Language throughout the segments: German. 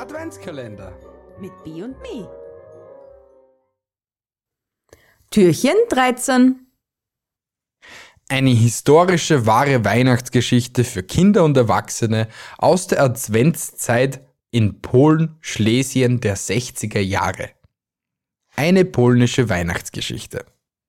Adventskalender mit B und Mi. Türchen 13. Eine historische, wahre Weihnachtsgeschichte für Kinder und Erwachsene aus der Adventszeit in Polen, Schlesien der 60er Jahre. Eine polnische Weihnachtsgeschichte.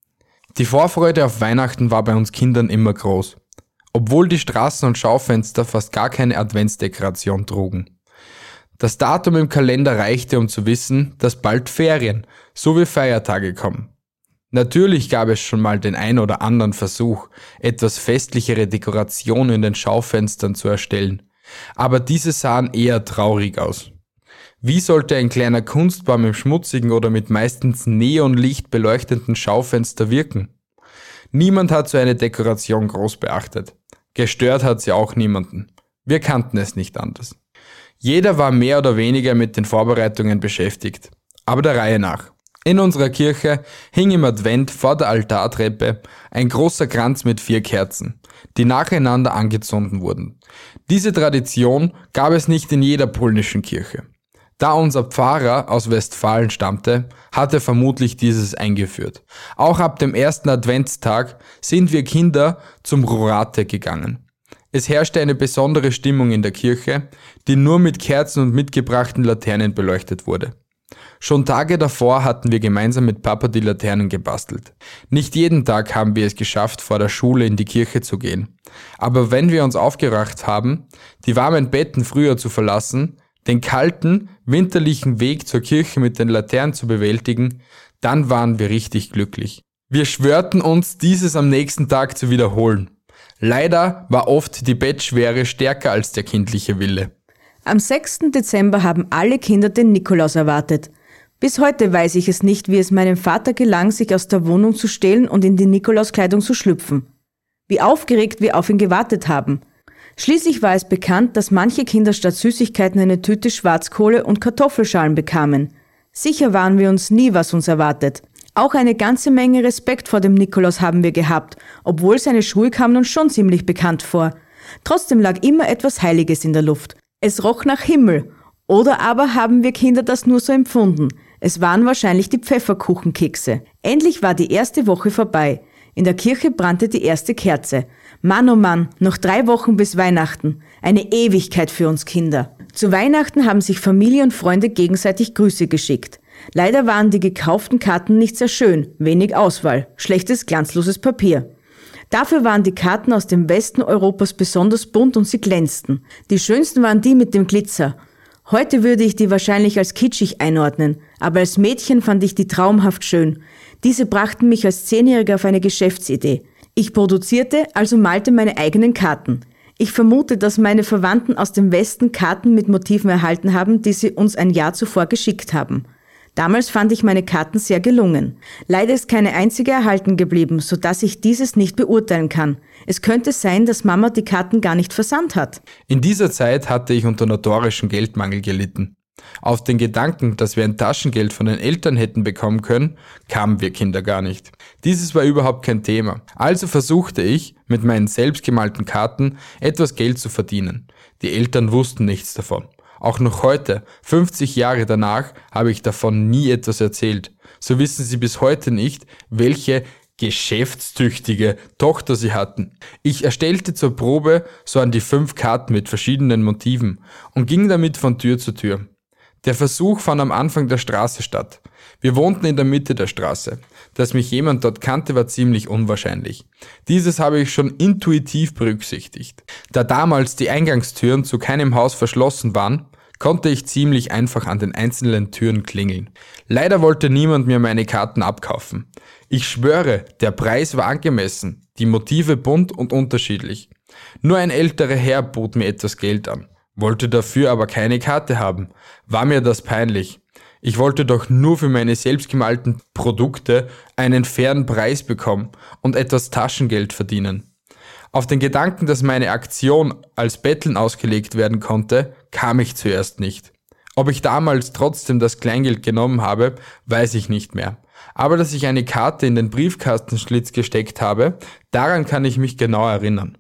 Die Vorfreude auf Weihnachten war bei uns Kindern immer groß, obwohl die Straßen und Schaufenster fast gar keine Adventsdekoration trugen. Das Datum im Kalender reichte, um zu wissen, dass bald Ferien sowie Feiertage kommen. Natürlich gab es schon mal den ein oder anderen Versuch, etwas festlichere Dekorationen in den Schaufenstern zu erstellen, aber diese sahen eher traurig aus. Wie sollte ein kleiner Kunstbaum im schmutzigen oder mit meistens Neonlicht beleuchteten Schaufenster wirken? Niemand hat so eine Dekoration groß beachtet. Gestört hat sie auch niemanden. Wir kannten es nicht anders. Jeder war mehr oder weniger mit den Vorbereitungen beschäftigt, aber der Reihe nach. In unserer Kirche hing im Advent vor der Altartreppe ein großer Kranz mit 4 Kerzen, die nacheinander angezündet wurden. Diese Tradition gab es nicht in jeder polnischen Kirche. Da unser Pfarrer aus Westfalen stammte, hat er vermutlich dieses eingeführt. Auch ab dem ersten Adventstag sind wir Kinder zum Rorate gegangen. Es herrschte eine besondere Stimmung in der Kirche, die nur mit Kerzen und mitgebrachten Laternen beleuchtet wurde. Schon Tage davor hatten wir gemeinsam mit Papa die Laternen gebastelt. Nicht jeden Tag haben wir es geschafft, vor der Schule in die Kirche zu gehen. Aber wenn wir uns aufgerafft haben, die warmen Betten früher zu verlassen, den kalten, winterlichen Weg zur Kirche mit den Laternen zu bewältigen, dann waren wir richtig glücklich. Wir schwörten uns, dieses am nächsten Tag zu wiederholen. Leider war oft die Bettschwere stärker als der kindliche Wille. Am 6. Dezember haben alle Kinder den Nikolaus erwartet. Bis heute weiß ich es nicht, wie es meinem Vater gelang, sich aus der Wohnung zu stehlen und in die Nikolauskleidung zu schlüpfen. Wie aufgeregt wir auf ihn gewartet haben. Schließlich war es bekannt, dass manche Kinder statt Süßigkeiten eine Tüte Schwarzkohle und Kartoffelschalen bekamen. Sicher waren wir uns nie, was uns erwartet. Auch eine ganze Menge Respekt vor dem Nikolaus haben wir gehabt, obwohl seine Schuhe kamen uns schon ziemlich bekannt vor. Trotzdem lag immer etwas Heiliges in der Luft. Es roch nach Himmel. Oder aber haben wir Kinder das nur so empfunden. Es waren wahrscheinlich die Pfefferkuchenkekse. Endlich war die erste Woche vorbei. In der Kirche brannte die erste Kerze. Mann, oh Mann, noch 3 Wochen bis Weihnachten. Eine Ewigkeit für uns Kinder. Zu Weihnachten haben sich Familie und Freunde gegenseitig Grüße geschickt. Leider waren die gekauften Karten nicht sehr schön, wenig Auswahl, schlechtes, glanzloses Papier. Dafür waren die Karten aus dem Westen Europas besonders bunt und sie glänzten. Die schönsten waren die mit dem Glitzer. Heute würde ich die wahrscheinlich als kitschig einordnen, aber als Mädchen fand ich die traumhaft schön. Diese brachten mich als 10-Jährige auf eine Geschäftsidee. Ich produzierte, also malte meine eigenen Karten. Ich vermute, dass meine Verwandten aus dem Westen Karten mit Motiven erhalten haben, die sie uns ein Jahr zuvor geschickt haben. Damals fand ich meine Karten sehr gelungen. Leider ist keine einzige erhalten geblieben, sodass ich dieses nicht beurteilen kann. Es könnte sein, dass Mama die Karten gar nicht versandt hat. In dieser Zeit hatte ich unter notorischem Geldmangel gelitten. Auf den Gedanken, dass wir ein Taschengeld von den Eltern hätten bekommen können, kamen wir Kinder gar nicht. Dieses war überhaupt kein Thema. Also versuchte ich, mit meinen selbstgemalten Karten etwas Geld zu verdienen. Die Eltern wussten nichts davon. Auch noch heute, 50 Jahre danach, habe ich davon nie etwas erzählt. So wissen sie bis heute nicht, welche geschäftstüchtige Tochter sie hatten. Ich erstellte zur Probe so an die 5 Karten mit verschiedenen Motiven und ging damit von Tür zu Tür. Der Versuch fand am Anfang der Straße statt. Wir wohnten in der Mitte der Straße. Dass mich jemand dort kannte, war ziemlich unwahrscheinlich. Dieses habe ich schon intuitiv berücksichtigt. Da damals die Eingangstüren zu keinem Haus verschlossen waren, konnte ich ziemlich einfach an den einzelnen Türen klingeln. Leider wollte niemand mir meine Karten abkaufen. Ich schwöre, der Preis war angemessen, die Motive bunt und unterschiedlich. Nur ein älterer Herr bot mir etwas Geld an, wollte dafür aber keine Karte haben. War mir das peinlich. Ich wollte doch nur für meine selbstgemalten Produkte einen fairen Preis bekommen und etwas Taschengeld verdienen. Auf den Gedanken, dass meine Aktion als Betteln ausgelegt werden konnte, kam ich zuerst nicht. Ob ich damals trotzdem das Kleingeld genommen habe, weiß ich nicht mehr. Aber dass ich eine Karte in den Briefkastenschlitz gesteckt habe, daran kann ich mich genau erinnern.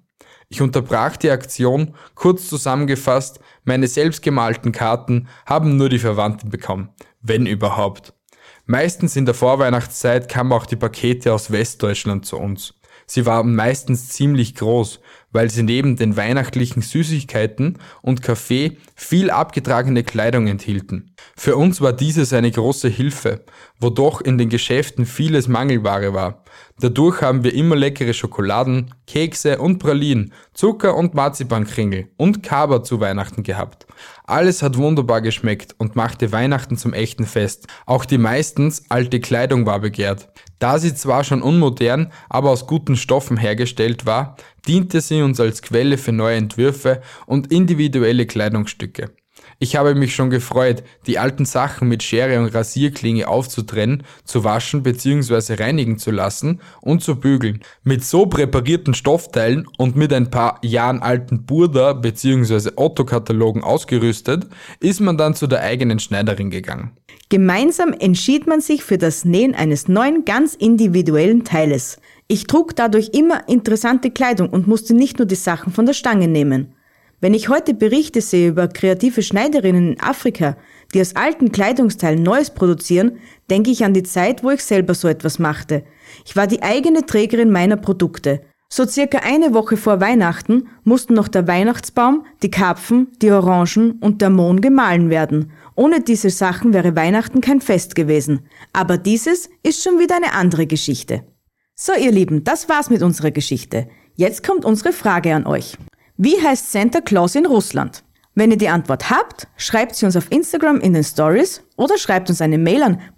Ich unterbrach die Aktion, kurz zusammengefasst, meine selbstgemalten Karten haben nur die Verwandten bekommen, wenn überhaupt. Meistens in der Vorweihnachtszeit kamen auch die Pakete aus Westdeutschland zu uns. Sie waren meistens ziemlich groß, weil sie neben den weihnachtlichen Süßigkeiten und Kaffee viel abgetragene Kleidung enthielten. Für uns war dieses eine große Hilfe, wodurch in den Geschäften vieles Mangelware war. Dadurch haben wir immer leckere Schokoladen, Kekse und Pralinen, Zucker- und Marzipankringel und Kaba zu Weihnachten gehabt. Alles hat wunderbar geschmeckt und machte Weihnachten zum echten Fest. Auch die meistens alte Kleidung war begehrt. Da sie zwar schon unmodern, aber aus guten Stoffen hergestellt war, diente sie uns als Quelle für neue Entwürfe und individuelle Kleidungsstücke. Ich habe mich schon gefreut, die alten Sachen mit Schere und Rasierklinge aufzutrennen, zu waschen bzw. reinigen zu lassen und zu bügeln. Mit so präparierten Stoffteilen und mit ein paar Jahren alten Burda bzw. Otto-Katalogen ausgerüstet, ist man dann zu der eigenen Schneiderin gegangen. Gemeinsam entschied man sich für das Nähen eines neuen, ganz individuellen Teiles. Ich trug dadurch immer interessante Kleidung und musste nicht nur die Sachen von der Stange nehmen. Wenn ich heute Berichte sehe über kreative Schneiderinnen in Afrika, die aus alten Kleidungsteilen Neues produzieren, denke ich an die Zeit, wo ich selber so etwas machte. Ich war die eigene Trägerin meiner Produkte. So circa eine Woche vor Weihnachten mussten noch der Weihnachtsbaum, die Karpfen, die Orangen und der Mohn gemahlen werden. Ohne diese Sachen wäre Weihnachten kein Fest gewesen. Aber dieses ist schon wieder eine andere Geschichte. So ihr Lieben, das war's mit unserer Geschichte. Jetzt kommt unsere Frage an euch. Wie heißt Santa Claus in Russland? Wenn ihr die Antwort habt, schreibt sie uns auf Instagram in den Stories oder schreibt uns eine Mail an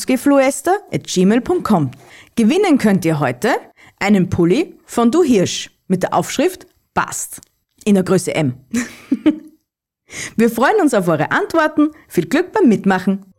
meinungsgefluester@gmail.com. Gewinnen könnt ihr heute einen Pulli von Du Hirsch mit der Aufschrift Passt in der Größe M. Wir freuen uns auf eure Antworten. Viel Glück beim Mitmachen.